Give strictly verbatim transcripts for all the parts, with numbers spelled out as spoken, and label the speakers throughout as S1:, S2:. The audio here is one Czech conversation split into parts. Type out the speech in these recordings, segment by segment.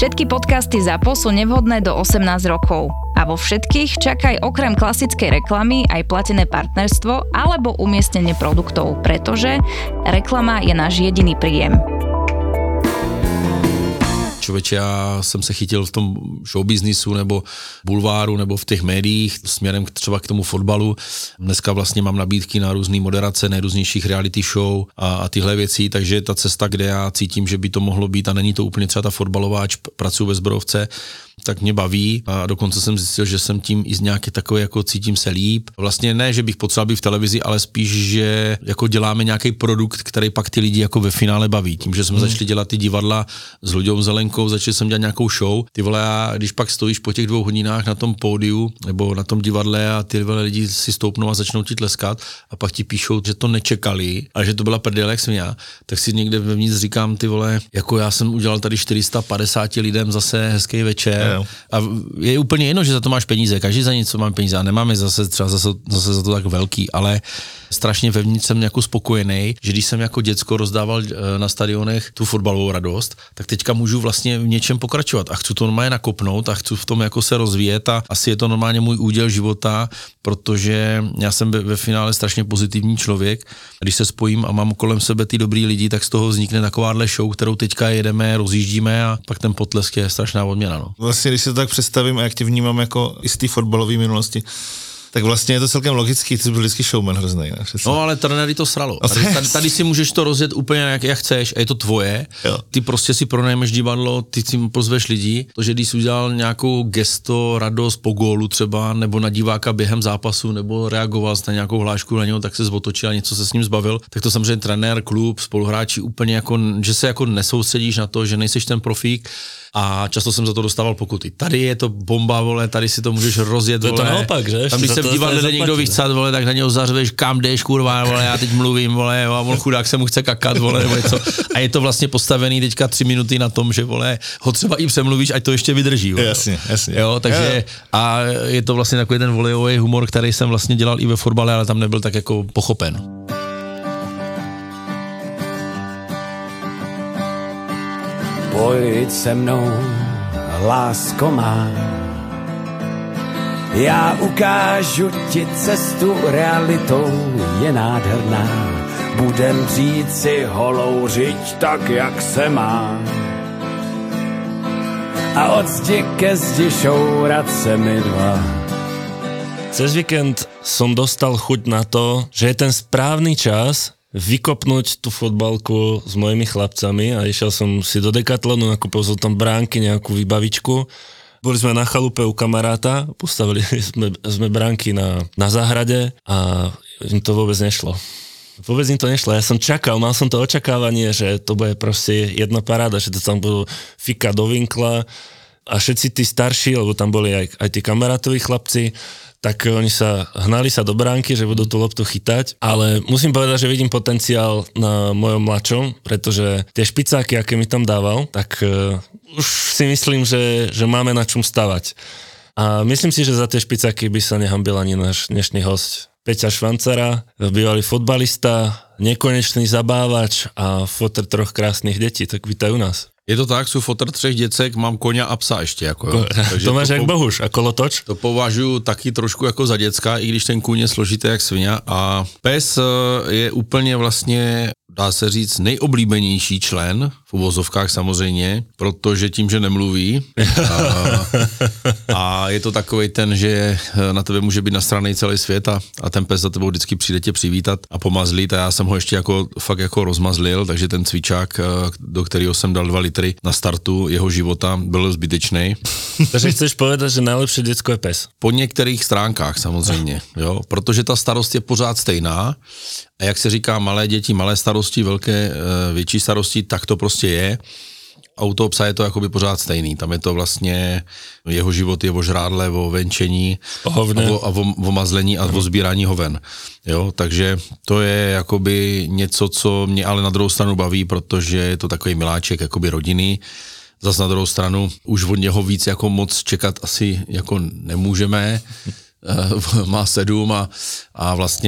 S1: Všetky podcasty ZAPO sú nevhodné do osemnásť rokov. A vo všetkých čakaj okrem klasickej reklamy aj platené partnerstvo alebo umiestnenie produktov, pretože reklama je náš jediný príjem.
S2: Člověče, já jsem se chytil v tom showbiznisu nebo bulváru nebo v těch médiích směrem třeba k tomu fotbalu. Dneska vlastně mám nabídky na různé moderace, nejrůznějších reality show a, a tyhle věci, takže ta cesta, kde já cítím, že by to mohlo být a není to úplně třeba ta fotbalová, ač pracuji ve Zbrojovce, tak mě baví a dokonce jsem zjistil, že jsem tím i z nějaké takové jako cítím se líp. Vlastně ne, že bych potřeboval být v televizi, ale spíš, že jako děláme nějaký produkt, který pak ty lidi jako ve finále baví. Tím, že jsme hmm. začali dělat ty divadla s Luďou Zelenkou, začali jsem dělat nějakou show. Ty vole, a když pak stojíš po těch dvou hodinách na tom pódiu nebo na tom divadle a ty vole lidi si stoupnou a začnou ti tleskat a pak ti píšou, že to nečekali a že to byla prdel jak jsem já, tak si někde vevnitř říkám, ty vole, jako já jsem udělal tady čtyři sta padesát lidem zase hezký večer. A je úplně jedno, že za to máš peníze, každý za něco má peníze a nemáme zase třeba zase, zase za to tak velký, ale strašně vevnitř jsem jako spokojený, že když jsem jako děcko rozdával na stadionech tu fotbalovou radost, tak teďka můžu vlastně v něčem pokračovat a chci to normálně nakopnout a chci v tom jako se rozvíjet a asi je to normálně můj úděl života, protože já jsem ve finále strašně pozitivní člověk. Když se spojím a mám kolem sebe ty dobrý lidi, tak z toho vznikne takováhle show, kterou teďka jedeme, rozjíždíme a pak ten potlesk je strašná odměna. No.
S3: Vlastně, když se to tak představím a jak tě vnímám jako i z té fotbalové minulosti, tak vlastně je to celkem logický, ty jsi byl vždycky showman hrozný. Ne?
S2: No ale trenéry to sralo. Tady, tady, tady si můžeš to rozjet úplně jak, jak chceš a je to tvoje. Jo. Ty prostě si pronajmeš divadlo, ty si pozveš lidi. To, že když jsi udělal nějakou gesto, radost po gólu třeba, nebo na diváka během zápasu, nebo reagoval na nějakou hlášku na něho, tak se zotočil a něco se s ním zbavil, tak to samozřejmě trenér, klub, spoluhráči úplně jako, že se jako nesoustředíš na to, že nejseš ten profík. A často jsem za to dostával pokuty. Tady je to bomba, vole, tady si to můžeš rozjet,
S4: to je
S2: vole.
S4: To naopak, že?
S2: Tam, když se v divadle jde někdo vychcat, vole, tak na něho zařveš, kam jdeš, kurva, vole, já teď mluvím, vole, a on chudák se mu chce kakat, vole, nebo něco. A je to vlastně postavený teďka tři minuty na tom, že, vole, ho třeba i přemluvíš, ať to ještě vydrží, vole.
S3: Jasně, jasně.
S2: Jo, takže a je to vlastně takový ten volejový humor, který jsem vlastně dělal i ve fotbale, ale tam nebyl tak jako pochopen.
S5: Pojď se mnou, lásko má, já ukážu ti cestu, realitou je nádherná. Budem žít si holou řiď tak, jak se má. A od zdi ke zdi šourat se mi dva.
S4: Cez víkend som dostal chuť na to, že je ten správny čas vykopnúť tú fotbalku s mojimi chlapcami a išiel som si do Decathlonu, nakúpil som tam bránky, nejakú vybavičku. Boli sme na chalupe u kamaráta, postavili sme, sme bránky na, na záhrade a im to vôbec nešlo. Vôbec im to nešlo. Ja som čakal, mal som to očakávanie, že to bude proste jedna paráda, že to tam budú fika do vinkla a všetci tí starší, lebo tam boli aj, aj tí kamarátoví chlapci, tak oni sa hnali sa do bránky, že budú tú loptu chytať, ale musím povedať, že vidím potenciál na mojom mladšom, pretože tie špicáky, aké mi tam dával, tak uh, už si myslím, že, že máme na čom stavať. A myslím si, že za tie špicáky by sa nehambil ani náš dnešný hosť. Peťa Švancara, bývalý fotbalista, nekonečný zabávač a fotr troch krásnych detí, tak vítaj u nás.
S2: Je to tak, jsou fotr třech děcek, mám koně a psa ještě. Jako, jo.
S4: Takže to máš to jak po, Bohuš a kolotoč?
S2: To považuji taky trošku jako za děcka, i když ten kůň je složitý jak svině. A pes je úplně vlastně, dá se říct, nejoblíbenější člen, v uvozovkách samozřejmě, protože tím, že nemluví. A, a je to takovej ten, že na tebe může být nasranej celý svět a, a ten pes za tebou vždycky přijde tě přivítat a pomazlit a já jsem ho ještě jako fakt jako rozmazlil, takže ten cvičák, do kterého jsem dal dva litry na startu jeho života, byl zbytečný.
S4: Takže chceš povedat, že nejlepší děcko je pes?
S2: Po některých stránkách samozřejmě, jo, protože ta starost je pořád stejná a jak se říká, malé děti, malé starosti, velké, větší starosti, tak to prostě je. A u toho psa je to jakoby pořád stejný. Tam je to vlastně, jeho život je o žrádle, o venčení a o, a o, o mazlení a o sbírání hoven. Jo, takže to je jakoby něco, co mě ale na druhou stranu baví, protože je to takový miláček jakoby rodinný. Zas na druhou stranu už od něho víc jako moc čekat asi jako nemůžeme. Má sedm a, a vlastně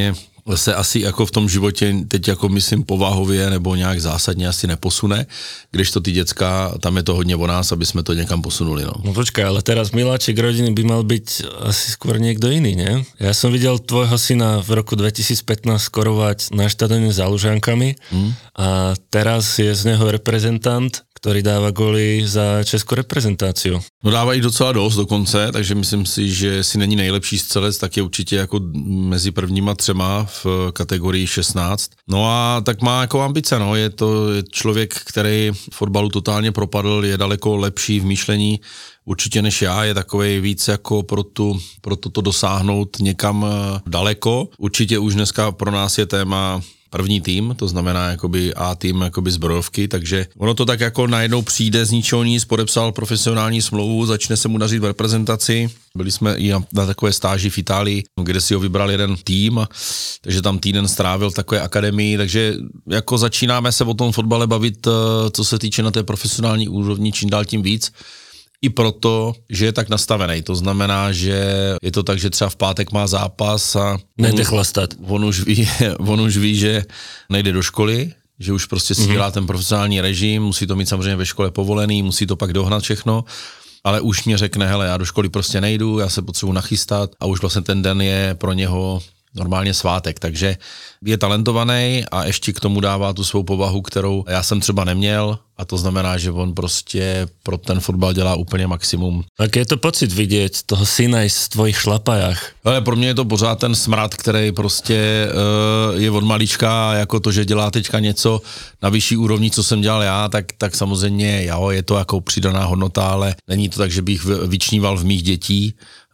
S2: se asi jako v tom životě teď jako myslím povahově nebo nějak zásadně asi neposune, když to ty děcka, tam je to hodně o nás, aby jsme to někam posunuli. No,
S4: no počkaj, ale teraz miláček rodiny by mal byť asi skôr niekto iný, nie? Ja som videl tvojho syna v roku dvetisícpätnásť skorovať na štadióne za Lužankami hmm. a teraz je z neho reprezentant, ktorý dáva góly za českou reprezentáciu.
S2: No dávají docela dost dokonce, takže myslím si, že si není nejlepší střelec, tak je určitě jako mezi prvníma třema v kategorii šestnáct. No a tak má jako ambice, no, je to člověk, který fotbalu totálně propadl, je daleko lepší v myšlení určitě než já, je takovej víc jako pro, tu, pro toto dosáhnout někam daleko. Určitě už dneska pro nás je téma první tým, to znamená jakoby A tým jakoby zbrojovky, takže ono to tak jako najednou přijde z ničeho nic, podepsal profesionální smlouvu, začne se mu dařit v reprezentaci. Byli jsme i na takové stáži v Itálii, kde si ho vybral jeden tým, takže tam týden strávil v takové akademii, takže jako začínáme se o tom fotbale bavit, co se týče na té profesionální úrovni, čím dál tím víc. I proto, že je tak nastavený. To znamená, že je to tak, že třeba v pátek má zápas a
S4: nejde chlastat.
S2: On už ví, on už ví, že nejde do školy, že už prostě si mm-hmm. dělá ten profesionální režim, musí to mít samozřejmě ve škole povolený, musí to pak dohnat všechno, ale už mě řekne, hele, já do školy prostě nejdu, já se potřebuji nachystat a už vlastně ten den je pro něho normálně svátek, takže je talentovaný a ještě k tomu dává tu svou povahu, kterou já jsem třeba neměl a to znamená, že on prostě pro ten fotbal dělá úplně maximum.
S4: Aký je to pocit vidět toho syna i v tvojich šlapajách?
S2: Ale pro mě je to pořád ten smrad, který prostě uh, je od malička, jako to, že dělá teďka něco na vyšší úrovni, co jsem dělal já, tak, tak samozřejmě jo, je to jako přidaná hodnota, ale není to tak, že bych vyčníval v mých dětí.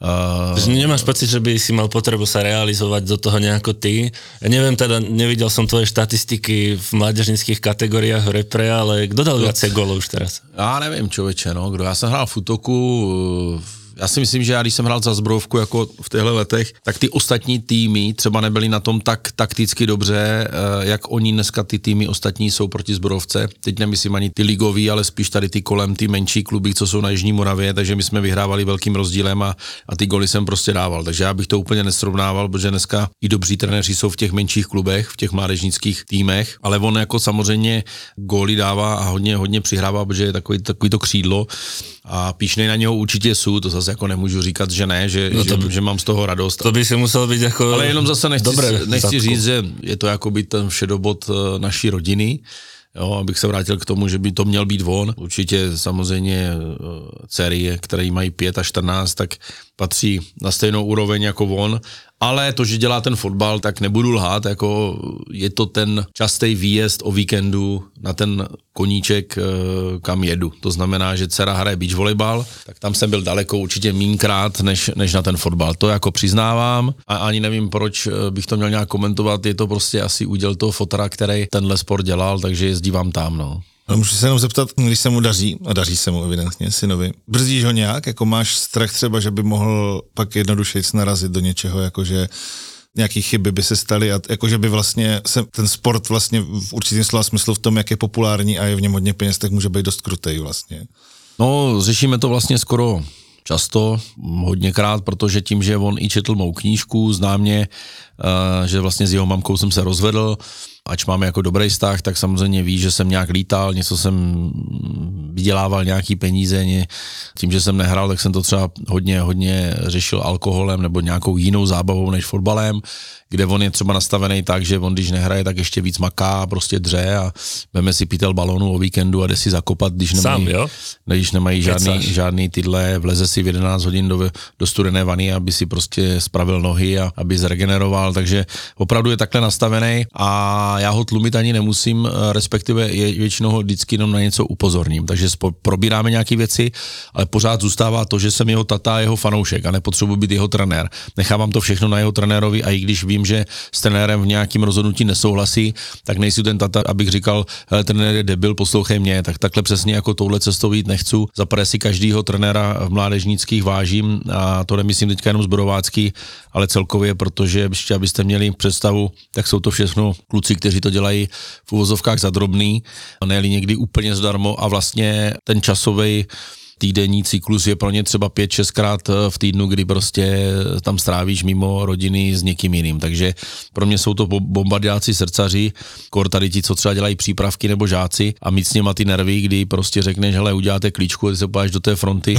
S4: Uh, Nemáš pocit, že by si mal potrebu sa realizovať do toho nejako ty? Ja neviem, teda nevidel som tvoje štatistiky v mládežnických kategóriách repre, ale kdo dal viacej gólov už teraz?
S2: Já nevím, člověče, no, kdo, já jsem hrál v útoku, já si myslím, že já když jsem hrál za zbrojovku jako v těchto letech, tak ty ostatní týmy třeba nebyly na tom tak takticky dobře, jak oni dneska ty týmy ostatní jsou proti zbrojovce. Teď nemyslím ani ty ligový, ale spíš tady ty kolem, ty menší kluby, co jsou na Jižní Moravě, takže my jsme vyhrávali velkým rozdílem a, a ty goly jsem prostě dával. Takže já bych to úplně nesrovnával, protože dneska i dobří trenéři jsou v těch menších klubech, v těch mládežnických týmech, ale on jako samozřejmě góly dává a hodně, hodně přihrává, protože je takový, takový to křídlo a píšnej na něho určitě jsou, to zase jako nemůžu říkat, že ne, že, no by, že, že mám z toho radost.
S4: To by si musel být jako...
S2: Ale jenom zase nechci, nechci říct, že je to jako by ten všedobod naší rodiny, jo, abych se vrátil k tomu, že by to měl být on. Určitě samozřejmě dcery, které mají pět a čtrnáct, tak patří na stejnou úroveň jako on, ale to, že dělá ten fotbal, tak nebudu lhát, jako je to ten častý výjezd o víkendu na ten koníček, kam jedu. To znamená, že dcera hraje beach volejbal, tak tam jsem byl daleko určitě mínkrát, než, než na ten fotbal. To jako přiznávám a ani nevím, proč bych to měl nějak komentovat, je to prostě asi úděl toho fotra, který tenhle sport dělal, takže jezdívám tam, no.
S3: Ale můžu se jenom zeptat, když se mu daří, a daří se mu evidentně synovi, brzdíš ho nějak, jako máš strach třeba, že by mohl pak jednodušeji narazit do něčeho, jakože nějaký chyby by se staly a jakože by vlastně se ten sport vlastně v určitém slova smyslu v tom, jak je populární a je v něm hodně peněz, tak může být dost krutej vlastně.
S2: No, řešíme to vlastně skoro často, hodněkrát, protože tím, že on i četl mou knížku, zná mě, že vlastně s jeho mamkou jsem se rozvedl, ač máme jako dobrý vztah, tak samozřejmě ví, že jsem nějak lítal, něco jsem vydělával nějaký peníze, tím, že jsem nehrál, tak jsem to třeba hodně, hodně řešil alkoholem nebo nějakou jinou zábavou než fotbalem, kde on je třeba nastavený tak, že on když nehraje, tak ještě víc maká, prostě dře a veme si pytel balonu o víkendu a jde si zakopat, když nemají, Sám, když nemají žádný, žádný tyhle, vleze si v jedenáct hodin do, do studené vany, aby si prostě spravil nohy a aby zregeneroval, takže opravdu je takhle nastavený a já ho tlumit ani nemusím, respektive je, většinou ho vždycky jenom na něco upozorním, takže spo, probíráme nějaké věci, ale pořád zůstává to, že jsem jeho tata a jeho fanoušek a nepotřebuji být jeho trenér. Nechávám to všechno na jeho trenérovi a i když vím, že s trenérem v nějakým rozhodnutí nesouhlasí, tak nejsem ten tata, abych říkal, hele, trenér je debil, poslouchej mě, tak takhle přesně jako touhle cestou jít nechci. Zaprvé si každýho trenéra v mládežnických vážím a to nemyslím teďka jenom zborovácký, ale celkově, protože ještě abyste měli představu, tak jsou to všechno kluci, kteří to dělají v uvozovkách za drobný, ne-li někdy úplně zdarmo a vlastně ten časový týdenní cyklus je pro ně třeba pět šestkrát v týdnu, kdy prostě tam strávíš mimo rodiny s někým jiným. Takže pro mě jsou to bombardáci srdcaři, kor tady ti, co třeba dělají přípravky nebo žáci a mít s něma ty nervy, kdy prostě řekneš, hele, uděláte klíčku a ty se půjdeš do té fronty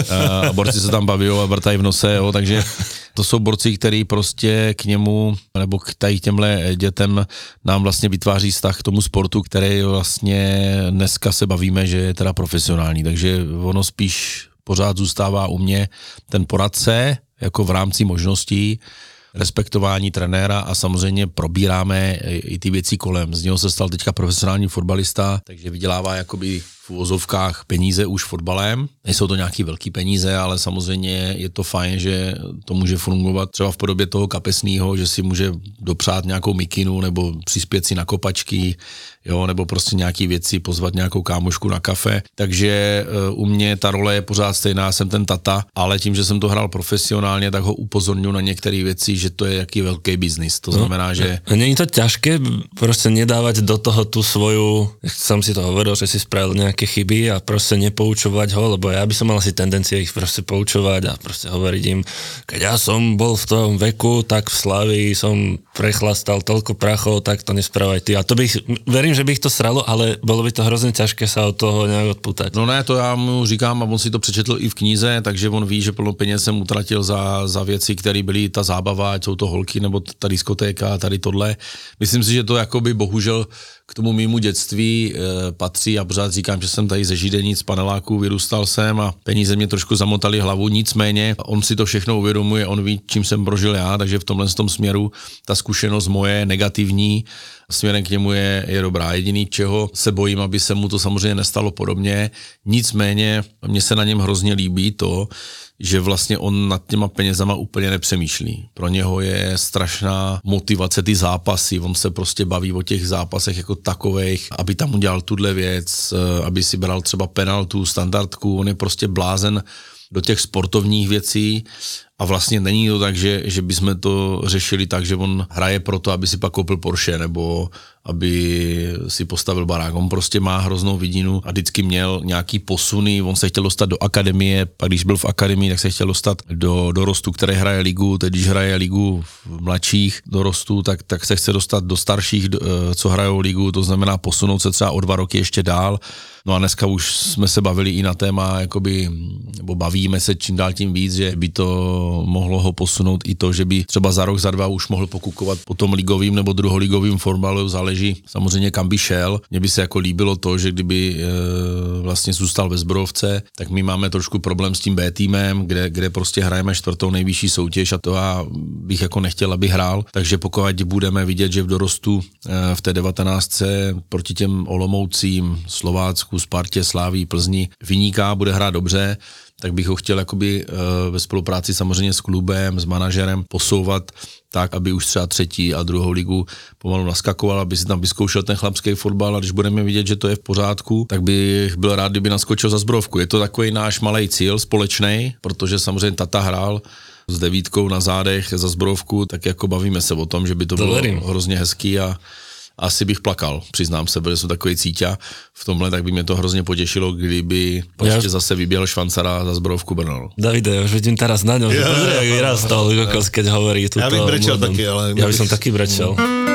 S2: a borci se tam baví a vrtají v nose, jo, takže to jsou borci, který prostě k němu nebo k tady těmhle dětem nám vlastně vytváří vztah k tomu sportu, který vlastně dneska se bavíme, že je teda profesionální, takže ono spíš pořád zůstává u mě ten poradce, jako v rámci možností, respektování trenéra a samozřejmě probíráme i ty věci kolem. Z něho se stal teďka profesionální fotbalista, takže vydělává jakoby v uvozovkách peníze už fotbalem. Nejsou to nějaký velký peníze, ale samozřejmě je to fajn, že to může fungovat třeba v podobě toho kapesného, že si může dopřát nějakou mikinu nebo přispět si na kopačky, jo, nebo prostě nějaký věci, pozvat nějakou kámošku na kafe. Takže u mě ta role je pořád stejná, jsem ten tata, ale tím, že jsem to hrál profesionálně, tak ho upozorňuji na některé věci, že to je jaký velký biznis. To znamená, že...
S4: Není to ťažké prostě nedávať do toho tu svoju, som si to hovoril, že si spravil nejaké chyby a proste nepoučovať ho, lebo ja by som mal asi tendencie ich proste poučovať a proste hovoriť im, keď ja som bol v tom veku, tak v Slavii som prechlastal toľko prachov, tak to nesprávaj ty. A to bych, verím, že by ich to sralo, ale bolo by to hrozně ťažké sa od toho nějak odputať.
S2: No ne, to já mu říkám a on si to přečetl i v knize, takže on ví, že plno peněz jsem utratil za, za věci, které byly ta zábava, ať jsou to holky nebo ta diskotéka, tady tohle. Myslím si, že to jakoby bohužel k tomu mému dětství e, patří a pořád říkám, že jsem tady ze Židenic, z paneláků, vyrůstal jsem a peníze mě trošku zamotali hlavu, nicméně on si to všechno uvědomuje, on ví, čím jsem prožil já, takže v tomhle tom směru ta zkušenost moje negativní směrem k němu je, je dobrá. Jediný, čeho se bojím, aby se mu to samozřejmě nestalo podobně, nicméně mně se na něm hrozně líbí to, že vlastně on nad těma penězama úplně nepřemýšlí. Pro něho je strašná motivace ty zápasy, on se prostě baví o těch zápasech jako takovejch, aby tam udělal tuhle věc, aby si bral třeba penaltu, standardku, on je prostě blázen do těch sportovních věcí a vlastně není to tak, že, že bychom to řešili tak, že on hraje proto, aby si pak koupil Porsche nebo aby si postavil barák. On prostě má hroznou vidinu a vždycky měl nějaký posuny, on se chtěl dostat do akademie, pak když byl v akademii, tak se chtěl dostat do dorostu, který hraje ligu, teď když hraje ligu v mladších dorostů, tak, tak se chce dostat do starších, co hrajou ligu, to znamená posunout se třeba o dva roky ještě dál. No a dneska už jsme se bavili i na téma, jakoby, nebo bavíme se čím dál tím víc, že by to mohlo ho posunout i to, že by třeba za rok, za dva už mohl pokukovat po tom ligovým nebo druholigovým fotbalu, záleží samozřejmě kam by šel. Mně by se jako líbilo to, že kdyby e, vlastně zůstal ve Zbrojovce, tak my máme trošku problém s tím B týmem, kde, kde prostě hrajeme čtvrtou nejvyšší soutěž a to já bych jako nechtěl, aby hrál, takže pokud budeme vidět, že v dorostu e, v té devatenáctce proti těm Olomoucím, Slovácku, Spartě, Sláví, Plzni vyniká, bude hrát dobře, tak bych ho chtěl jakoby ve spolupráci samozřejmě s klubem, s manažerem posouvat tak, aby už třeba třetí a druhou ligu pomalu naskakoval, aby si tam vyzkoušel ten chlapský fotbal a když budeme vidět, že to je v pořádku, tak bych byl rád, kdyby naskočil za Zbrojovku. Je to takový náš malej cíl společný, protože samozřejmě tata hrál s devítkou na zádech za Zbrojovku, tak jako bavíme se o tom, že by to, to bylo verím. Hrozně hezký a asi bych plakal, přiznám se, protože jsem takový cíťa v tomhle, tak by mě to hrozně potěšilo, kdyby ja ještě zase vyběhl Švancara za Zbrojovku Brno.
S4: Davide, ja už vidím teraz na ňom, že pozri, jak vyrastal, kokos, keď hovorí túto.
S3: Ja bych brečel taky, ale...
S4: Ja by som taky brečel.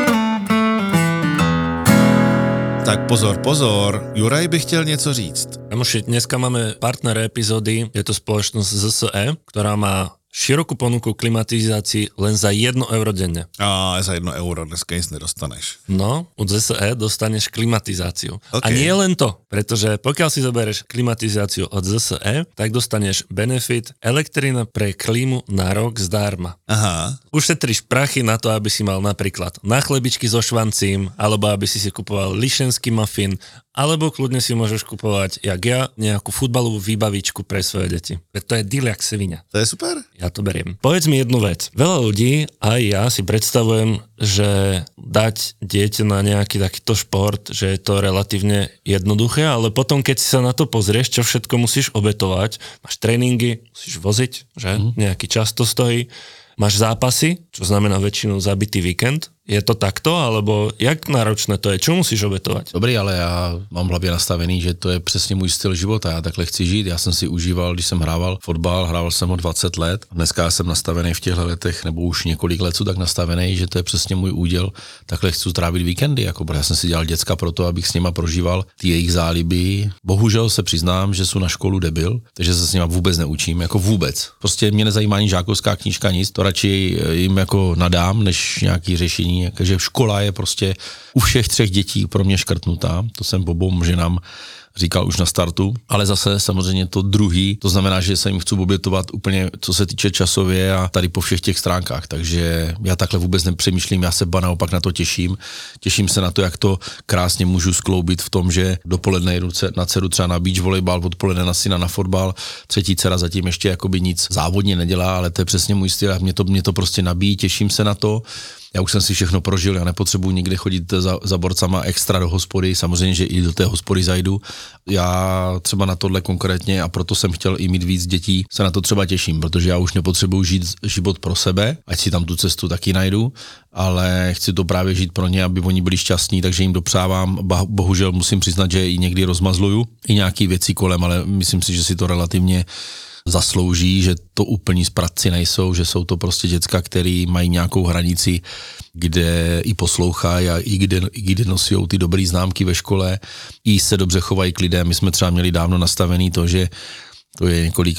S3: Tak pozor, pozor, Juraj by chtěl něco říct.
S4: Kamoši, dneska máme partner epizódy, je to spoločnosť Z S E, ktorá má širokú ponuku klimatizácií len za jedno euro denne.
S3: A za jedno euro dneska nic nedostaneš.
S4: No, od Z S E dostaneš klimatizáciu.
S3: Okay.
S4: A nie len to, pretože pokiaľ si zoberieš klimatizáciu od Z S E, tak dostaneš benefit elektrina pre klímu na rok zdarma.
S3: Aha.
S4: Ušetríš prachy na to, aby si mal napríklad na chlebičky so švancím, alebo aby si si kupoval lišenský muffin, alebo kľudne si môžeš kupovať, jak ja, nejakú futbalovú výbavičku pre svoje deti. To je deal jak svinia.
S3: To je super.
S4: Ja to beriem. Povedz mi jednu vec. Veľa ľudí, aj ja si predstavujem, že dať dieťa na nejaký takýto šport, že je to relatívne jednoduché, ale potom, keď si sa na to pozrieš, čo všetko musíš obetovať, máš tréningy, musíš voziť, že? Mm. Nejaký čas to stojí. Máš zápasy, čo znamená väčšinou zabitý víkend. Je to takto, alebo jak náročné to je? Čo musíš obetovať?
S2: Dobrý, ale já mám v hlavě nastavený, že to je přesně můj styl života. Já takhle chci žít. Já jsem si užíval, když jsem hrával fotbal, hrával jsem ho dvacet let. Dneska jsem nastavený v těchto letech, nebo už několik let tak nastavený, že to je přesně můj úděl. Takhle chci trávit víkendy. Jako, já jsem si dělal děcka proto, abych s nima prožíval ty jejich záliby. Bohužel se přiznám, že jsou na školu debil, takže se s nima vůbec neučím, jako vůbec. Prostě mě nezajímá ani žákovská knížka, nic. To radši jim jako nadám, než nějaký řešení. Takže škola je prostě u všech třech dětí pro mě škrtnutá, to jsem obou ženám říkal už na startu, ale zase samozřejmě to druhý, to znamená, že se jim chci obětovat úplně, co se týče časově a tady po všech těch stránkách, takže já takhle vůbec nepřemýšlím, já se ba naopak na to těším, těším se na to, jak to krásně můžu skloubit v tom, že dopoledne jdu na dceru třeba na beach volejbal, odpoledne na syna na fotbal, třetí dcera zatím ještě jakoby nic závodně nedělá, ale to je přesně můj styl a mě to, mě to prostě nabíjí, těším se na to. Já už jsem si všechno prožil, já nepotřebuji nikde chodit za, za borcama extra do hospody, samozřejmě, že i do té hospody zajdu. Já třeba na tohle konkrétně, a proto jsem chtěl i mít víc dětí, se na to třeba těším, protože já už nepotřebuji žít život pro sebe, ať si tam tu cestu taky najdu, ale chci to právě žít pro ně, aby oni byli šťastní, takže jim dopřávám. Bohužel musím přiznat, že i někdy rozmazluju i nějaký věci kolem, ale myslím si, že si to relativně zaslouží, že to úplní spratci nejsou, že jsou to prostě děcka, který mají nějakou hranici, kde i poslouchají a i kde, i kde nosí ty dobré známky ve škole, i se dobře chovají k lidem. My jsme třeba měli dávno nastavený to, že to je několik,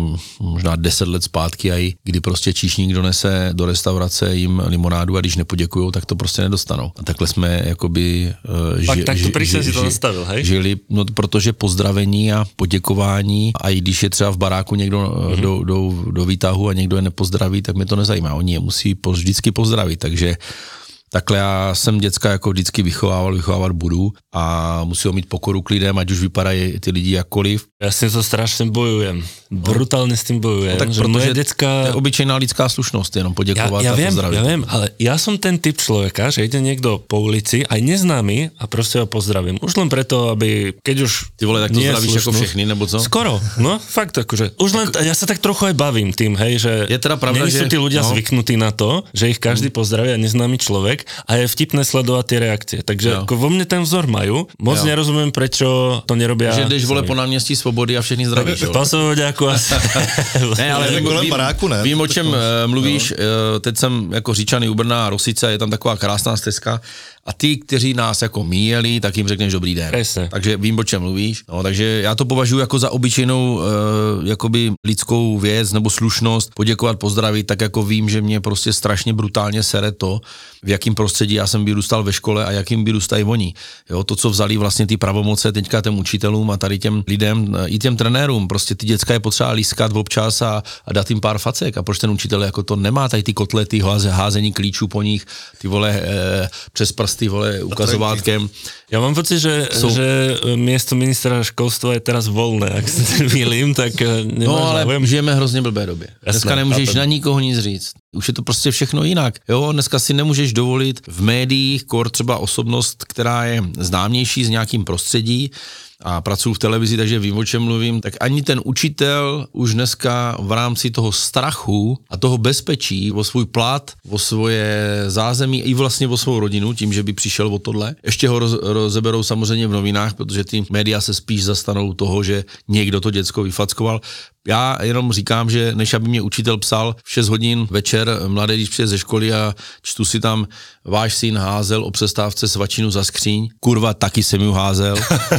S2: možná deset let zpátky, a i kdy prostě číšník donese do restaurace jim limonádu a když nepoděkujou, tak to prostě nedostanou. A takhle jsme jakoby
S4: Pak
S2: ži,
S4: tak to
S2: ži,
S4: si to
S2: ži,
S4: nastavil, hej?
S2: žili, no protože pozdravení a poděkování, a i když je třeba v baráku někdo mm-hmm. do, do, do výtahu a někdo je nepozdraví, tak mě to nezajímá. Oni je musí poz, vždycky pozdravit, takže takhle já jsem děcka jako vždycky vychovával, vychovávat budu a musí mít pokoru k lidem, ať už vypadají ty lidi jakkoliv.
S4: Já s tím to strašně bojujem. Brutálně s tím bojujem.
S2: No, tak
S4: že
S2: protože
S4: děcka...
S2: to je obyčejná lidská slušnost, jenom poděkovat
S4: ja, ja
S2: a
S4: viem,
S2: pozdravit.
S4: Ja viem, ale ja som ten typ človeka, že ide niekto po ulici, aj neznámy, a proste ho pozdravím. Už len preto, aby, keď už...
S2: Ty vole, tak to zdravíš jako všechny, nebo co?
S4: Skoro, no fakt akože. Už len, ja sa tak trochu aj bavím tým, hej, že...
S2: Je teda pravda,
S4: nie sú
S2: že...
S4: tí ľudia
S2: no.
S4: zvyknutí na to, že ich každý pozdraví a neznámy človek, a je vtipné sledovať tie reakcie. Takže
S2: jo.
S4: ako vo mne ten vzor majú. Moc jo. nerozumiem, prečo to nerobia.
S2: Že jdeš vole po náměstí Svobody a všechny zdravíš, jo?
S4: Pán Svoboďáku asi.
S2: Ne, ale vím,
S3: kolem
S2: vím,
S3: baráku, ne?
S2: vím, o čem uh, mluvíš. No. Uh, teď jsem jako Říčany u Brna, Rosice, je tam taková krásná stezka. A ty, kteří nás jako míjeli, tak jim řekneš dobrý den.
S4: Presne.
S2: Takže vím, o čem mluvíš. No, takže já to považuji jako za obyčejnou uh, jakoby lidskou věc nebo slušnost, poděkovat, pozdravit, tak jako vím, že mě prostě strašně brutálně sere to, v jakém prostředí já jsem vyrůstal ve škole a jakým vyrůstají oni. Jo, to, co vzali vlastně ty pravomoce teďka těm učitelům a tady těm lidem, i těm trenérům, prostě ty děcka je potřeba lískat občas a, a dát jim pár facek. A proč ten učitel jako to nemá, tady ty kotlety, házení klíčů po nich, ty vole eh, přes prsty, vole ukazovátkem.
S4: Ja mám pocit, že,
S2: Sú...
S4: že miesto ministra školstva je teraz voľné, ak sa nemýlim, tak nemáš
S2: No ale
S4: záujem.
S2: žijeme hrozně blbé době.
S4: Jasné,
S2: Dneska nemůžeš
S4: chápem.
S2: na nikoho nic říct. Už je to prostě všechno jinak. Jo, dneska si nemůžeš dovolit v médiích, kor třeba osobnost, která je známější z nějakým prostředí, a pracuji v televizi, takže vím, o čem mluvím, tak ani ten učitel už dneska v rámci toho strachu a toho bezpečí o svůj plat, o svoje zázemí i vlastně o svou rodinu, tím, že by přišel o tohle. Ještě ho roz, rozeberou samozřejmě v novinách, protože ty média se spíš zastanou toho, že někdo to děcko vyfackoval. Já jenom říkám, že než aby mě učitel psal v šest hodin večer, mladý, když přijde ze školy a čtu si tam, váš syn házel o přestávce svačinu za skříň, kurva, taky jsem ju házel,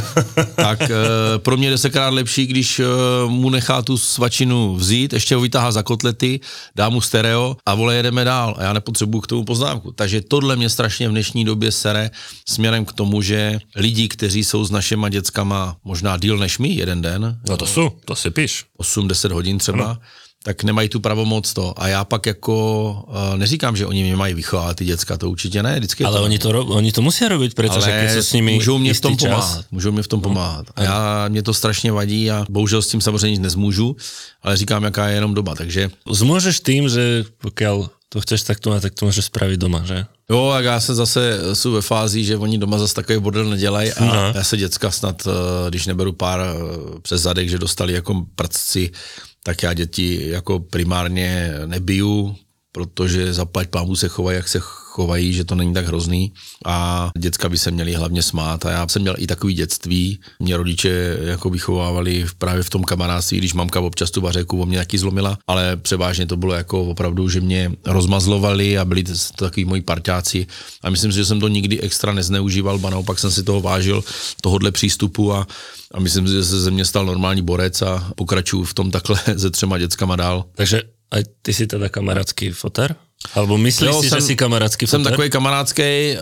S2: tak e, pro mě desetkrát lepší, když e, mu nechá tu svačinu vzít, ještě ho vytáhá za kotlety, dá mu stereo a vole, jedeme dál a já nepotřebuju k tomu poznámku. Takže tohle mě strašně v dnešní době sere směrem k tomu, že lidi, kteří jsou s našima dětskama možná díl než my, jeden den.
S4: No to sú, to si píš.
S2: osm deset hodin třeba, ano. Tak nemají tu pravomoc to. A já pak jako uh, neříkám, že oni mě mají vychovávat ty děcka, to určitě ne, vždycky.
S4: Ale
S2: to,
S4: oni to, ro- oni to musí robiť, pretože keď sú s nimi
S2: můžou mě v tom
S4: istý čas.
S2: pomáhat, můžou mě v tom pomáhat. A já, mě to strašně vadí a bohužel s tím samozřejmě nic nezmůžu, ale říkám, jaká je jenom doba, takže...
S4: Zmôžeš tým, že pokiaľ to chceš takto mať, tak to môžeš spraviť doma, že?
S2: Jo, a já se zase jsou ve fázi, že oni doma zase takový bordel nedělají a
S4: Aha.
S2: já se děcka snad, když neberu pár přes zadek, že dostali jako prcci, tak já děti jako primárně nebiju, protože zaplať pámu se chovají, jak se chovají, že to není tak hrozný a děcka by se měli hlavně smát a já jsem měl i takový dětství, mě rodiče jako vychovávali právě v tom kamarádství, když mamka občas tu vařeku o mě taky zlomila, ale převážně to bylo jako opravdu, že mě rozmazlovali a byli to takový moji parťáci a myslím si, že jsem to nikdy extra nezneužíval, ba naopak jsem si toho vážil, tohodle přístupu a, a myslím si, že se ze mě stal normální borec a pokračuju v tom takhle se třema dětskama dál.
S4: Takže aj ty si teda kamarádský foter? Alebo myslíš jo, si, jsem, že si kamarádský
S2: Jsem
S4: foter?
S2: takový kamarádský, uh,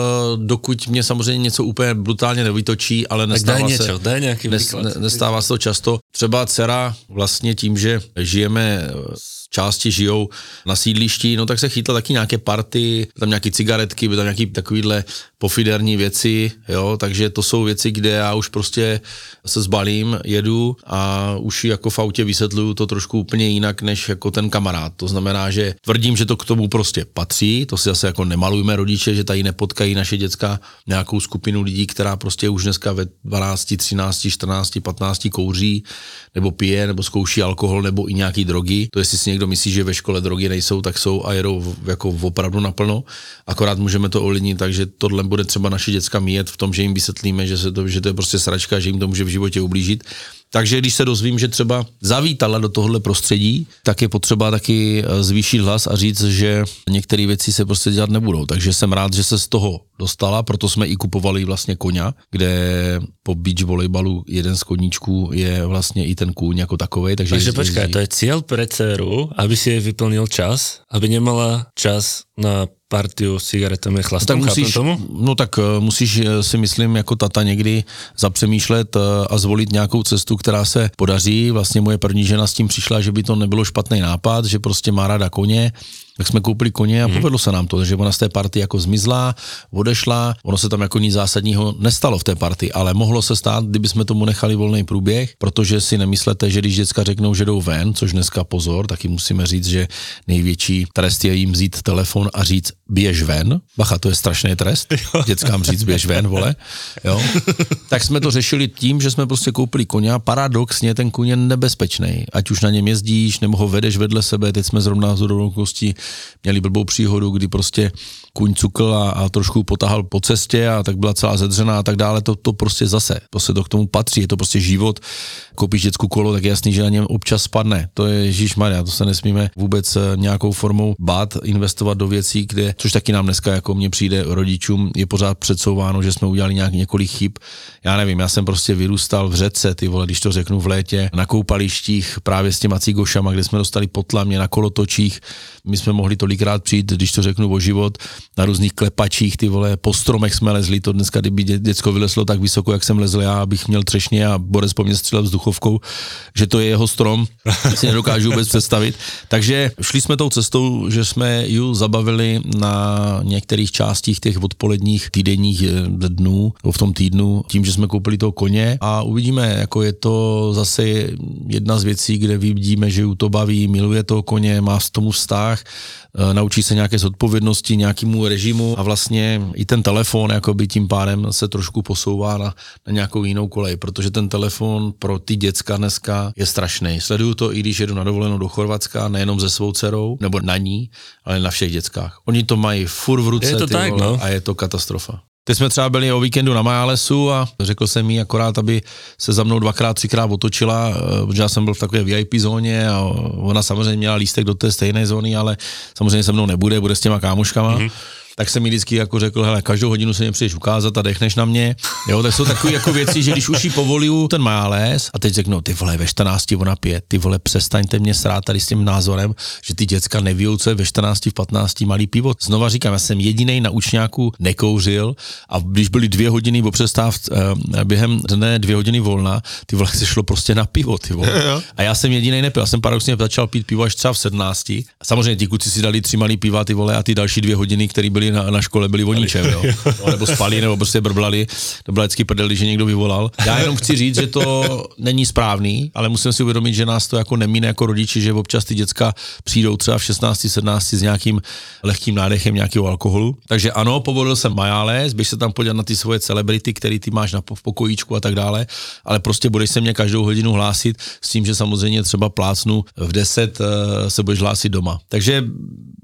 S2: dokud mě samozřejmě něco úplně brutálně nevytočí, ale nestává
S4: daj
S2: se,
S4: něco, daj nějaký
S2: nes, ne, nestává se to často. Třeba dcera vlastně tím, že žijeme části žijou na sídlišti, no tak se chytla taky nějaké party, tam nějaké cigaretky, tam nějaké takovýhle pofiderní věci, jo, takže to jsou věci, kde já už prostě se zbalím, jedu a už jako v autě vysvětluju to trošku úplně jinak, než jako ten kamarád. To znamená, že tvrdím, že to k tomu prostě patří, to si zase jako nemalujme rodiče, že tady nepotkají naše děcka nějakou skupinu lidí, která prostě už dneska ve dvanácti, třinácti, čtrnácti, patnácti kouří, nebo pije, nebo zkouší alkohol, nebo i nějaký drogy. To jestli si někdo myslí, že ve škole drogy nejsou, tak jsou a jedou jako opravdu naplno. Akorát můžeme to ovlivnit, takže tohle bude třeba naše děcka míjet v tom, že jim vysvětlíme, že, se to, že to je prostě sračka, že jim to může v životě ublížit. Takže když se dozvím, že třeba zavítala do tohohle prostředí, tak je potřeba taky zvýšit hlas a říct, že některé věci se prostě dělat nebudou. Takže jsem rád, že se z toho dostala, proto jsme i kupovali vlastně koňa, kde po beach volejbalu jeden z koníčků je vlastně i ten kůň jako takovej. Takže,
S4: takže počkaj, to je cieľ pre dceru, aby si jej vyplnil čas, aby nemala čas na partiu s cigaretami a chlastom,
S2: tak musíš,
S4: tomu?
S2: No tak musíš si myslím jako tata někdy zapřemýšlet a zvolit nějakou cestu, která se podaří. Vlastně moje první žena s tím přišla, že by to nebylo špatný nápad, že prostě má ráda koně. Tak jsme koupili koně a hmm. povedlo se nám to, že ona z té party jako zmizla, odešla, ono se tam jako nic zásadního nestalo v té party, ale mohlo se stát, kdyby jsme tomu nechali volný průběh, protože si nemyslete, že když děcka řeknou, že jdou ven, což dneska pozor, taky musíme říct, že největší trest je jim vzít telefon a říct běž ven, bacha, to je strašný trest, dětskám říct běž ven, vole, jo. Tak jsme to řešili tím, že jsme prostě koupili koně a paradoxně ten kůň je nebezpečný, ať už na něm jezdíš, nebo ho vedeš vedle sebe, teď jsme zrovna z okolností měli blbou příhodu, kdy prostě kůň cukl a, a trošku potahal po cestě a tak byla celá zedřená a tak dále, to, to prostě zase, prostě to k tomu patří, je to prostě život, koupíš děcku kolo, tak je jasný, že na něm občas spadne, to je ježišmarja, to se nesmíme vůbec nějakou formou bát, investovat do věcí, kde, což taky nám dneska jako mně přijde rodičům, je pořád předsouváno, že jsme udělali nějak několik chyb, já nevím, já jsem prostě vyrůstal v řece, ty vole, když to řeknu v létě, na koupalištích právě s těma cigošama, kde jsme dostali potlamě na kolotočích, my jsme mohli tolikrát přijít, když to řeknu o život, na různých klepačích, ty vole, po stromech jsme lezli, to dneska, kdyby dě, děcko vylezlo tak vysoko, jak jsem lezl já, abych měl třešně a borec po mně střílel vzduchovkou, že to je jeho strom, si nedokážu vůbec představit. Takže šli jsme tou cestou, že jsme ju zabavili na některých částích těch odpoledních týdenních dnů, v tom týdnu, tím, že jsme koupili toho koně a uvidíme, jako je to zase jedna z věcí, kde vidíme, že ju to baví, miluje toho koně, má s tomu vztah, naučí se nějaké zodpovědnosti, nějakému režimu a vlastně i ten telefon jakoby tím pádem se trošku posouvá na, na nějakou jinou kolej, protože ten telefon pro ty děcka dneska je strašný. Sleduju to i když jedu na dovolenou do Chorvatska, nejenom se svou dcerou, nebo na ní, ale na všech děckách. Oni to mají furt v ruce
S4: je to
S2: ty
S4: tak,
S2: vole,
S4: no.
S2: A je to katastrofa. Teď jsme třeba byli o víkendu na Majálesu a řekl jsem jí akorát, aby se za mnou dvakrát, třikrát otočila, protože já jsem byl v takové V I P zóně a ona samozřejmě měla lístek do té stejné zóny, ale samozřejmě se mnou nebude, bude s těma kámoškama. Mm-hmm. Tak jsem mi vždycky jako řekl, hele, každou hodinu se mě přijdeš ukázat a dechneš na mě. Jo, tak jsou takové jako věci, že když už jí povoluju ten Majales a teď řeknou, ty vole, ve čtrnácti ona pije, ty vole, přestaňte mě srát tady s tím názorem, že ty děcka nevíjou, co je ve čtrnácti, v patnácti malý pivo. Znova říkám, já jsem jedinej na učňáku nekouřil a když byly dvě hodiny po přestávce, během dne dvě hodiny volna, ty vole, se šlo prostě na pivo, ty vole. A já jsem jedinej nepil, já jsem paradoxně začal pít pivo až třeba v sedmnácti. Samozřejmě ti kluci si dali tři malý piva, ty vole, a ty další dvě hodiny, které byly Na, na škole byli o ničem, jo. No, nebo spali, nebo prostě brblali, to byla vždycky prdeli, že někdo vyvolal. Já jenom chci říct, že to není správný, ale musím si uvědomit, že nás to jako nemíne jako rodiči, že občas ty děcka přijdou třeba v šestnácti, sedmnácti s nějakým lehkým nádechem nějakého alkoholu. Takže ano, povolil jsem Majales, běž se tam podívat na ty svoje celebrity, který ty máš na v pokojíčku a tak dále, ale prostě budeš se mě každou hodinu hlásit s tím, že samozřejmě třeba plácnu v deset se budeš hlásit doma. Takže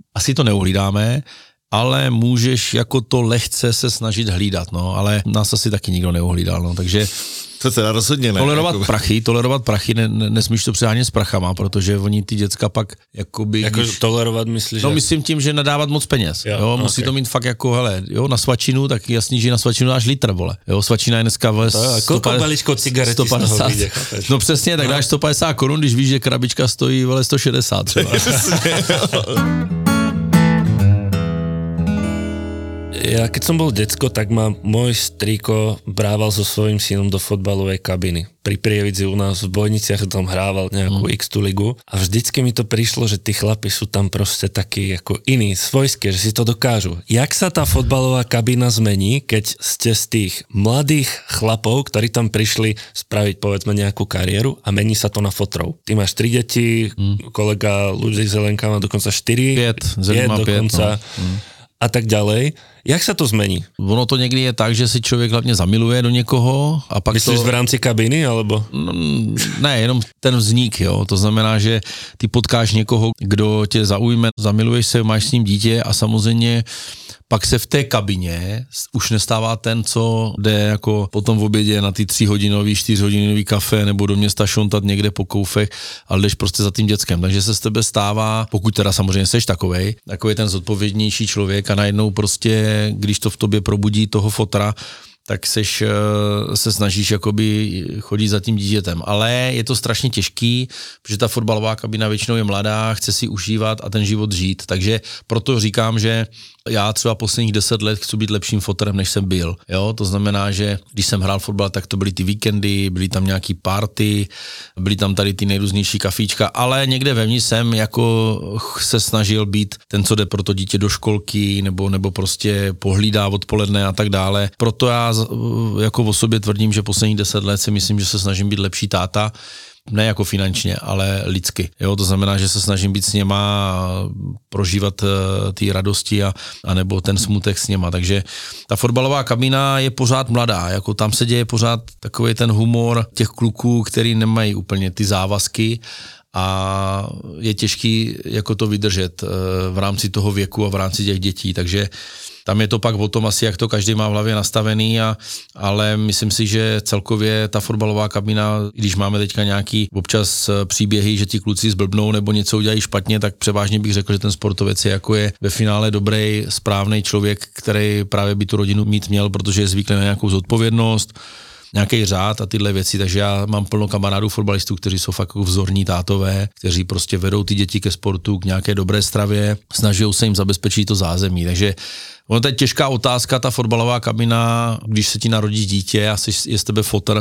S2: asi to neuhlídáme, ale můžeš jako to lehce se snažit hlídat, no, ale nás asi taky nikdo neuhlídal, no, takže
S3: to teda rozhodně ne.
S2: Tolerovat
S3: jako...
S2: prachy, tolerovat prachy, ne, ne, nesmíš to přehánět s prachama, protože oni ty děcka pak jakoby...
S4: Jako
S2: když,
S4: tolerovat myslíš?
S2: No myslím tím, že nadávat moc peněz, jo, jo musí okay. to mít fakt jako, hele, jo, na svačinu, tak jasný, že na svačinu dáš litr, vole, jo, svačina je dneska, vole,
S4: kolik balíčko cigaret sto padesát vyjde,
S2: no přesně, tak dáš sto padesát korun, když víš, že krabička stojí, vole, sto šedesát třeba.
S4: Ja keď som bol decko, tak ma môj strýko brával so svojím synom do fotbalovej kabiny. Pri Prievidzi u nás v Bojniciach tam hrával nejakú mm. X-tú ligu a vždycky mi to prišlo, že tí chlapi sú tam proste takí ako iní, svojské, že si to dokážu. Jak sa tá fotbalová kabína zmení, keď ste z tých mladých chlapov, ktorí tam prišli spraviť povedzme nejakú kariéru a mení sa to na fotrov? Ty máš tri deti, mm. kolega Ľudvík Zelenka má dokonca štyri,
S2: piet, Zelenka má piet,
S4: dokonca. No. Mm. A tak ďalej. Jak sa to zmení?
S2: Ono to někdy je tak, že si člověk hlavně zamiluje do někoho a pak
S4: Myslíš
S2: to...
S4: v rámci kabiny, alebo?
S2: No, ne, jenom ten vznik, jo. To znamená, že ty potkáš někoho, kdo tě zaujme, zamiluješ se, máš s ním dítě a samozřejmě pak se v té kabině už nestává ten, co jde jako potom v obědě na ty tříhodinový, čtyřhodinový kafe nebo do města šontat někde po koufech, ale jdeš prostě za tím dětskem. Takže se z tebe stává, pokud teda samozřejmě seš takovej, takový ten zodpovědnější člověk a najednou prostě, když to v tobě probudí toho fotra, tak seš, se snažíš jakoby chodit za tím dítětem. Ale je to strašně těžký, protože ta fotbalová kabina většinou je mladá, chce si užívat a ten život žít. Takže proto říkám, že já třeba posledních deset let chci být lepším fotrem, než jsem byl. Jo? To znamená, že když jsem hrál fotbal, tak to byly ty víkendy, byly tam nějaký party, byly tam tady ty nejrůznější kafíčka, ale někde vevnitř jsem jako se snažil být ten, co jde pro to dítě do školky, nebo, nebo prostě pohlídá odpoledne a tak dále. Proto já jako o sobě tvrdím, že posledních deset let si myslím, že se snažím být lepší táta, ne jako finančně, ale lidsky. Jo, to znamená, že se snažím být s něma a prožívat uh, ty radosti a, a nebo ten smutek s něma. Takže ta fotbalová kabina je pořád mladá, jako tam se děje pořád takový ten humor těch kluků, který nemají úplně ty závazky a je těžký jako to vydržet uh, v rámci toho věku a v rámci těch dětí, takže tam je to pak o tom asi, jak to každý má v hlavě nastavený, a, ale myslím si, že celkově ta fotbalová kabina, když máme teďka nějaký občas příběhy, že ti kluci zblbnou nebo něco udělají špatně, tak převážně bych řekl, že ten sportovec je jako je ve finále dobrý, správný člověk, který právě by tu rodinu mít měl, protože je zvyklý na nějakou zodpovědnost, nějaký řád a tyhle věci, takže já mám plno kamarádů fotbalistů, kteří jsou fakt vzorní tátové, kteří prostě vedou ty děti ke sportu, k nějaké dobré stravě, snaží se jim zabezpečit to zázemí, takže ono to je těžká otázka, ta fotbalová kabina, když se ti narodí dítě a jsi, je z tebe fotr,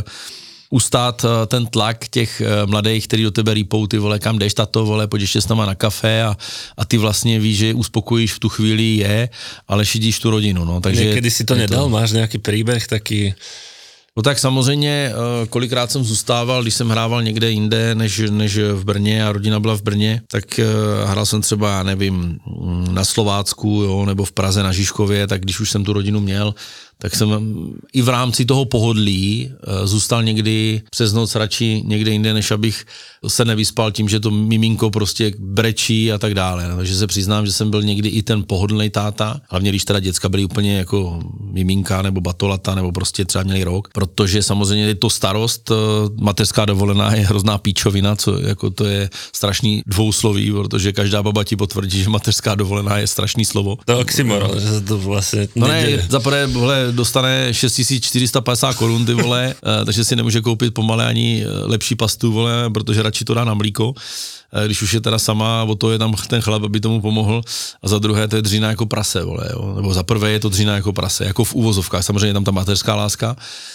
S2: ustát ten tlak těch mladých, kteří do tebe rýpou, ty vole, kam jdeš, tato, vole, pojď ještě s náma na kafe a, a ty vlastně víš, že uspokojíš v tu chvíli je, ale šidíš tu rodinu, no, takže...
S4: Někdy si to nedal, to... máš nějaký příběh taky...
S2: No tak samozřejmě, kolikrát jsem zůstával, když jsem hrával někde jinde, než, než v Brně a rodina byla v Brně, tak hrál jsem třeba, já nevím, na Slovácku, jo, nebo v Praze na Žižkově, tak když už jsem tu rodinu měl, tak jsem i v rámci toho pohodlí zůstal někdy přes noc radši někde jinde, než abych se nevyspal tím, že to miminko prostě brečí a tak dále. Takže se přiznám, že jsem byl někdy i ten pohodlný táta, hlavně když teda děcka byly úplně jako miminka nebo batolata, nebo prostě třeba měli rok, protože samozřejmě je to starost, mateřská dovolená je hrozná píčovina, co jako to je strašný dvousloví, protože každá baba ti potvrdí, že mateřská dovolená je strašný slovo.
S4: To oxymoron, že to vlastně
S2: no ne, zaprvé, vole, dostane šest tisíc čtyři sta padesát korun, ty vole, takže si nemůže koupit pomale ani lepší pastu, vole, protože radši to dá na mlíko, když už je teda sama, o to je tam ten chlap, aby tomu pomohl, a za druhé to je dřina jako prase, vole, jo. Nebo za prvé je to dřina jako prase, jako v úvozovkách, samozřejmě je tam ta mateřská láska,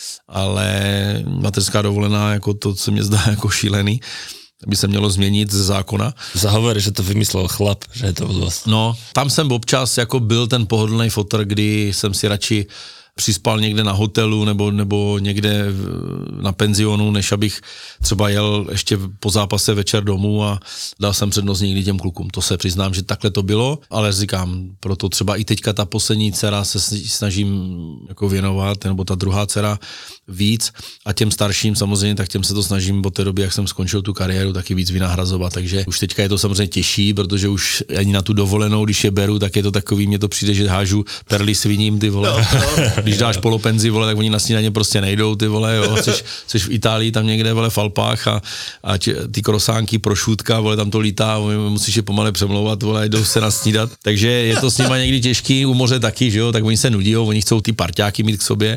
S2: ale mateřská dovolená, jako to se mě zdá jako šílený, by se mělo změnit ze zákona.
S4: Zahovor, že to vymyslel chlap, že je to od vás.
S2: No, tam jsem občas jako byl ten pohodlný fotr, kdy jsem si radši přispal někde na hotelu nebo, nebo někde na penzionu, než abych třeba jel ještě po zápase večer domů a dal jsem přednost někdy těm klukům. To se přiznám, že takhle to bylo, ale říkám, proto třeba i teďka ta poslední dcera se snažím jako věnovat, nebo ta druhá dcera víc a těm starším samozřejmě, tak těm se to snažím od té doby, jak jsem skončil tu kariéru, taky víc vynahrazovat, takže už teďka je to samozřejmě těžší, protože už ani na tu dovolenou, když je beru, tak je to takový, mně to přijde, že hážu perly sviním, ty vole. No, no. Když dáš polopenzi, vole, tak oni na snídaně prostě nejdou, ty vole, jo. Jseš, jseš v Itálii tam někde, vole, v Alpách a, a tě, ty krosánky pro šutka, vole, tam to lítá, musíš je pomale přemlouvat, vole, jdou se nasnídat. Takže je to s nima někdy těžký, u moře taky, že jo, tak oni se nudí, oni chcou ty parťáky mít k sobě,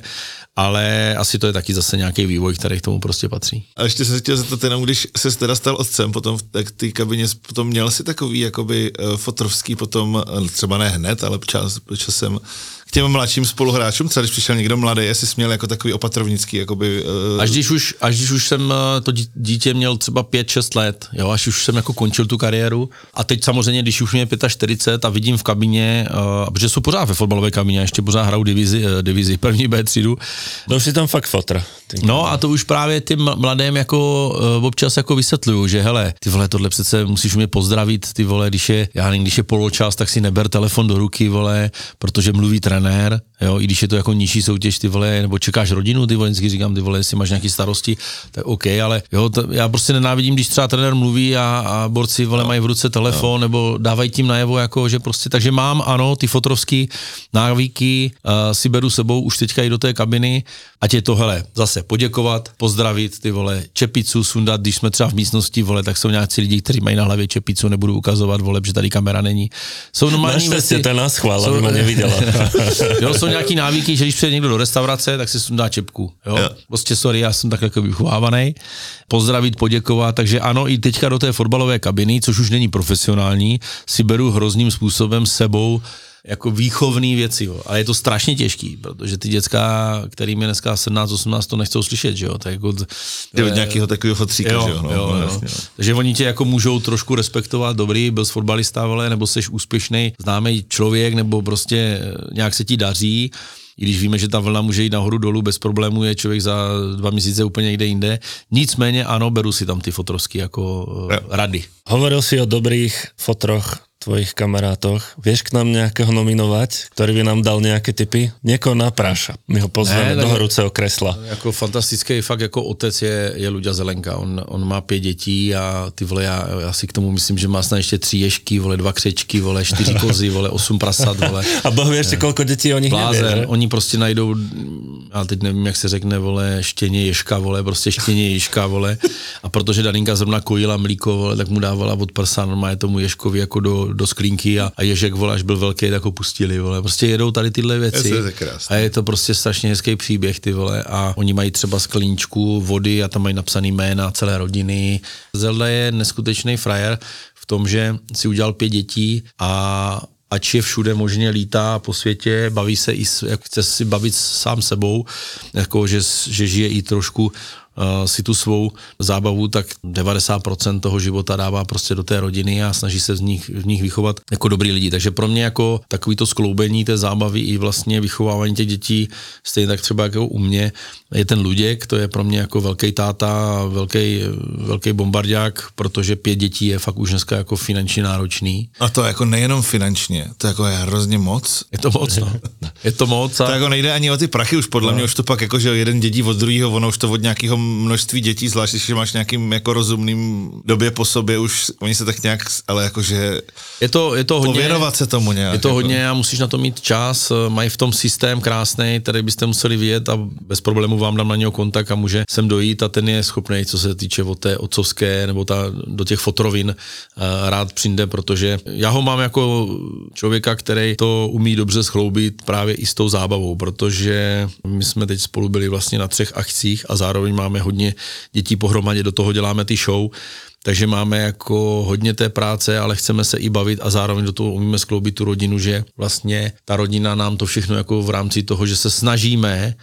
S2: ale asi to je taky zase nějaký vývoj, který k tomu prostě patří.
S3: A ještě se chtěl zeptat, jenom když se teda stal otcem, potom tak ty kabině potom měl si takový jakoby uh, fotrovský potom, třeba ne hned, ale čas, časem k těm mladším spoluhráčům, třeba když přišel někdo mladý, jestli jsi měl jako takový opatrovnický, jakoby... Uh...
S2: Až když už, až když už jsem to dítě měl třeba pět šest let, jo, až už jsem jako končil tu kariéru a teď samozřejmě, když už mě je čtyřicet pět a vidím v kabině, uh, protože jsou pořád ve fotbalové kabině, ještě pořád hrajou divizi, uh, divizi první bé třídu.
S4: To už si tam fakt fotra.
S2: No a to už právě tím mladým jako uh, občas jako vysvětluju, že hele, ty vole, tohle přece musíš mě pozdravit, ty vole, když je, já nevím, když je poločas, tak si neber telefon do ruky, vole, protože mluví trenér, jo, i když je to jako nižší soutěž, ty vole, nebo čekáš rodinu, ty vole, vždycky říkám, ty vole, jestli máš nějaký starosti, tak OK, ale jo, to, já prostě nenávidím, když třeba trenér mluví a, a borci, vole, no. mají v ruce telefon, no. nebo dávají tím najevo, jako, že prostě, takže mám, ano, ty fotrovský návyky uh, si beru sebou už teďka i do té kabiny, ať je to, hele, zase poděkovat, pozdravit, ty vole, čepicu sundat, když jsme třeba v místnosti, vole, tak jsou nějací lidi, kteří mají na hlavě čepicu, nebudu ukazovat, vole, že tady kamera není. Jsou normální věci.
S4: Ten nás chvál, aby mě neviděla.
S2: Jo, jsou nějaký návyky, že když přijde někdo do restaurace, tak si sundá čepku. Jo? Jo. Prostě sorry, já jsem takhle jako vychovávaný. Pozdravit, poděkovat, takže ano, i teďka do té fotbalové kabiny, což už není profesionální, si beru hrozným způsobem s sebou jako výchovný věci, jo. Ale je to strašně těžký, protože ty děcka, kterým je dneska sedmnáct osmnáct, to nechcou slyšet, že jo. Tak jako,
S3: ty od nějakého takového fotříka,
S2: jo,
S3: že jo. No,
S2: jo,
S3: no,
S2: jo.
S3: Jasně, no.
S2: Takže oni tě jako můžou trošku respektovat, dobrý, byl jsi fotbalista, vole, nebo jsi úspěšný, známý člověk, nebo prostě nějak se ti daří. I když víme, že ta vlna může jít nahoru dolů, bez problémů je člověk za dva měsíce úplně někde jinde. Nicméně ano, beru si tam ty fotrovsky jako jo. rady.
S4: Hovoril si o dobrých fotroch tvojich kamarátoch. Vieš k nám nejakého nominovať, ktorý by nám dal nejaké tipy? Niekoho na Práša. My ho pozveme ne, do horúceho kresla.
S2: Jako fantastický fakt jako otec je, je Luďa Zelenka. On, on má pět dětí a ty vole, já, já si k tomu myslím, že má snad ještě tři ježky, vole, dva křečky, vole, čtyři kozy, vole, osm prasat, vole.
S4: A Boh ví ještě, kolko dětí o nich nevie,
S2: oni prostě najdou, já teď nevím, jak se řekne, vole, štěně ježka, vole, prostě štěně ježka, vole. A protože Daninka zrovna kojila mlíko, vole, tak mu dávala od prsa normálně tomu ježkovi jako do, do sklínky a, a ježek, vole, až byl velký, tak ho pustili, vole. Prostě jedou tady tyhle věci.
S3: Je
S2: a je to prostě strašně hezký příběh, ty vole. A oni mají třeba sklíčku vody a tam mají napsaný jména celé rodiny. Zelda je neskutečný frajer v tom, že si udělal pět dětí a ač je všude možně lítá po světě, baví se i, jak chce si bavit sám sebou, jako že, že žije i trošku Uh, si tu svou zábavu, tak devadesát procent toho života dává prostě do té rodiny a snaží se z nich, v nich vychovat jako dobrý lidi. Takže pro mě jako takový to skloubení té zábavy i vlastně vychovávání těch dětí, stejně tak třeba jako u mě, je ten Luděk, to je pro mě jako velký táta, velký, velký bombardák, protože pět dětí je fakt už dneska jako finančně náročný.
S3: A to jako nejenom finančně, to jako je hrozně moc.
S2: Je to moc, no. Je to moc. A...
S3: To jako nejde ani o ty prachy, už podle no. mě už to pak jako, že jeden dědí od druhého, ono už to od nějakého množství dětí, zvlášť když máš nějakým jako rozumným době po sobě, už oni se tak nějak, ale jakože
S2: je to, je to hodně,
S3: pověnovat se tomu nějak.
S2: Je to
S3: jako.
S2: hodně a musíš na to mít čas, mají v tom systém krásný, který byste museli vidět a bez problému vám dám na něho kontakt a může sem dojít a ten je schopný, co se týče od té otcovské nebo ta, do těch fotrovin rád přijde, protože já ho mám jako člověka, který to umí dobře schloubit právě i s tou zábavou, protože my jsme teď spolu byli vlastně na třech akcích a zároveň máme hodně dětí pohromadě, do toho děláme ty show, takže máme jako hodně té práce, ale chceme se i bavit a zároveň do toho umíme skloubit tu rodinu, že vlastně ta rodina nám to všechno jako v rámci toho, že se snažíme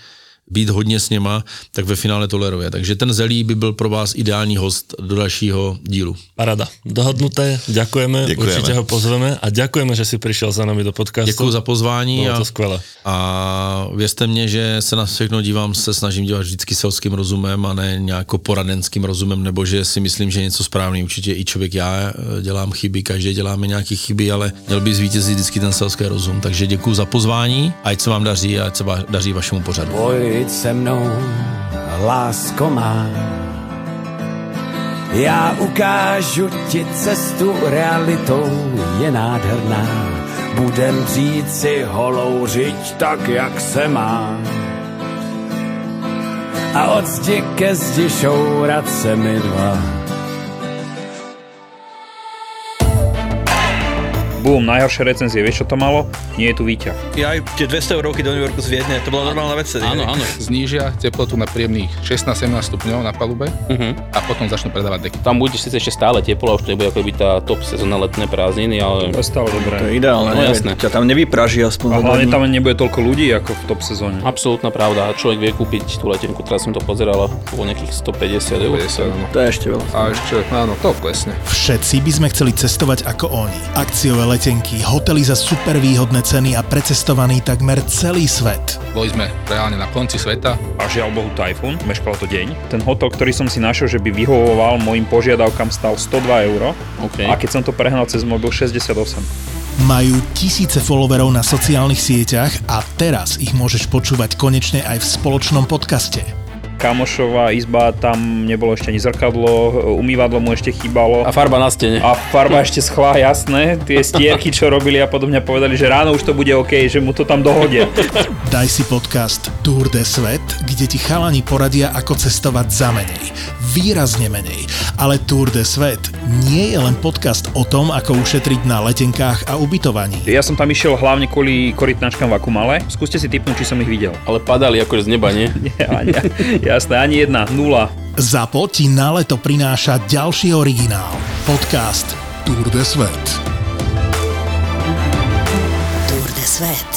S2: být hodně s něma, tak ve finále toleruje. Takže ten Zelí by byl pro vás ideální host do dalšího dílu.
S4: Parada. Dohodnuté, ďakujeme,
S3: Děkujeme.
S4: určite ho pozveme a ďakujeme, že si prišiel za nami do podcastu.
S2: Děkuji za pozvání.
S4: Bylo
S2: a,
S4: to skvělé.
S2: a věřte mě, že se na všechno dívám, se snažím dělat vždycky selským rozumem a ne nějako poradenským rozumem, nebo že si myslím, že je něco správný. Určitě i člověk, já dělám chyby, každý děláme nějaké chyby, ale měl by zvítězit vždycky ten selský rozum. Takže děkuji za pozvání, ať se vám daří a ať se va- daří vašemu pořadu.
S5: Pojď se mnou, lásko má. Já ukážu ti cestu, realitou je nádherná. Budem žít si holou řiď tak, jak se má. A od zdi ke zdi šourat se mi dva.
S6: Boom, najhoršie recenzie, vieš čo to malo? Nie je tu výťah.
S7: Ja aj tie dvesto eurovky do New Yorku z Viedne, to bola normálna vec.
S8: Áno, áno, znížia teplotu na príjemných šestnásť sedemnásť stupňov na palube uh-huh. a potom začnú predávať deky.
S9: Tam bude síce ešte stále teplo, už to nebude ako byť tá top sezóna letné prázdniny, ale...
S6: To je stále dobré.
S7: To je ideálne,
S9: No, jasné.
S7: ťa tam nevypraží aspoň.
S6: A hlavne tam nebude toľko ľudí ako v top sezóne.
S9: Absolútna pravda, človek vie kúpiť tú letenku, teraz som to pozeral, bolo nejakých stopäťdesiat eur.
S7: To je ešte veľa.
S8: A ešte, áno, to klesne.
S10: Všetci by sme chceli cestovať ako oni. Akciové letenky, hotely za super výhodné ceny a precestovaný takmer celý svet.
S8: Boli sme reálne na konci sveta.
S6: A žiaľ Bohu tajfún, meškalo to deň. Ten hotel, ktorý som si našiel, že by vyhovoval mojim požiadavkám, stal stodva euro.
S9: Okay.
S6: A keď som to prehnal cez mobil, šesťdesiatosem.
S10: Majú tisíce followerov na sociálnych sieťach a teraz ich môžeš počúvať konečne aj v spoločnom podcaste.
S6: Kamošová izba, tam nebolo ešte ani zrkadlo, umývadlo mu ešte chýbalo.
S9: A farba na stene.
S6: A farba ešte schla, jasné. Tie stierky, čo robili a podobne povedali, že ráno už to bude OK, že mu to tam dohodia.
S10: Daj si podcast Tour de Svet, kde ti chalani poradia, ako cestovať za menej. Výrazne menej. Ale Tour de Svet nie je len podcast o tom, ako ušetriť na letenkách a ubytovaní.
S6: Ja som tam išiel hlavne kvôli korytnačkám v Akumale. Skúste si tipnúť, či som ich videl.
S9: Ale padali akože z neba, nie?
S6: Nie, ani, jasné, ani jedna, nula.
S10: Zapo ti na leto prináša ďalší originál. Podcast Tour de Svet.
S11: Tour de Svet.